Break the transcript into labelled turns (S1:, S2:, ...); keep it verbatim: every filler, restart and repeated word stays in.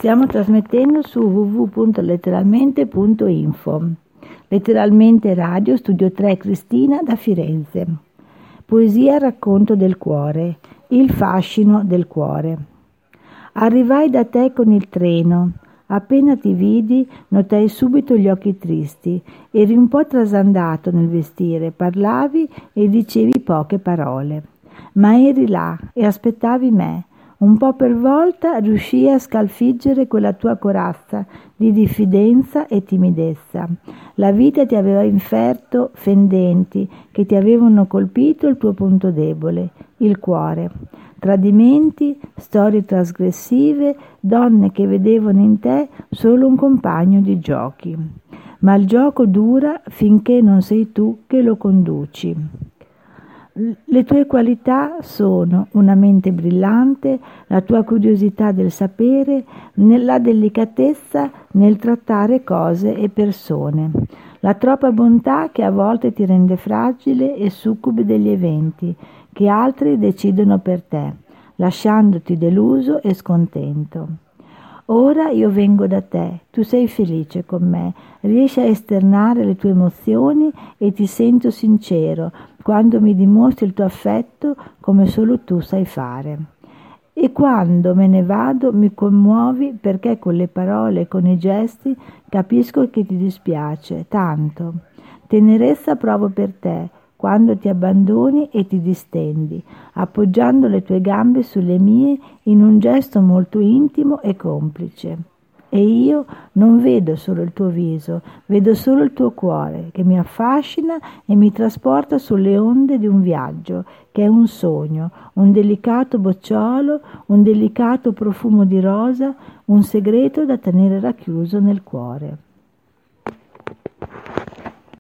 S1: Stiamo trasmettendo su w w w punto letteralmente punto info. Letteralmente Radio, Studio tre, Cristina da Firenze. Poesia racconto del cuore, il fascino del cuore. Arrivai da te con il treno. Appena ti vidi, notai subito gli occhi tristi. Eri un po' trasandato nel vestire, parlavi e dicevi poche parole. Ma eri là e aspettavi me. Un po' per volta riuscii a scalfiggere quella tua corazza di diffidenza e timidezza. La vita ti aveva inferto fendenti che ti avevano colpito il tuo punto debole, il cuore. Tradimenti, storie trasgressive, donne che vedevano in te solo un compagno di giochi. Ma il gioco dura finché non sei tu che lo conduci. Le tue qualità sono una mente brillante, la tua curiosità del sapere, la delicatezza nel trattare cose e persone, la troppa bontà che a volte ti rende fragile e succube degli eventi che altri decidono per te, lasciandoti deluso e scontento. Ora io vengo da te, tu sei felice con me, riesci a esternare le tue emozioni e ti sento sincero quando mi dimostri il tuo affetto come solo tu sai fare. E quando me ne vado mi commuovi perché con le parole e con i gesti capisco che ti dispiace tanto. Tenerezza provo per te quando ti abbandoni e ti distendi, appoggiando le tue gambe sulle mie in un gesto molto intimo e complice. E io non vedo solo il tuo viso, vedo solo il tuo cuore, che mi affascina e mi trasporta sulle onde di un viaggio, che è un sogno, un delicato bocciolo, un delicato profumo di rosa, un segreto da tenere racchiuso nel cuore.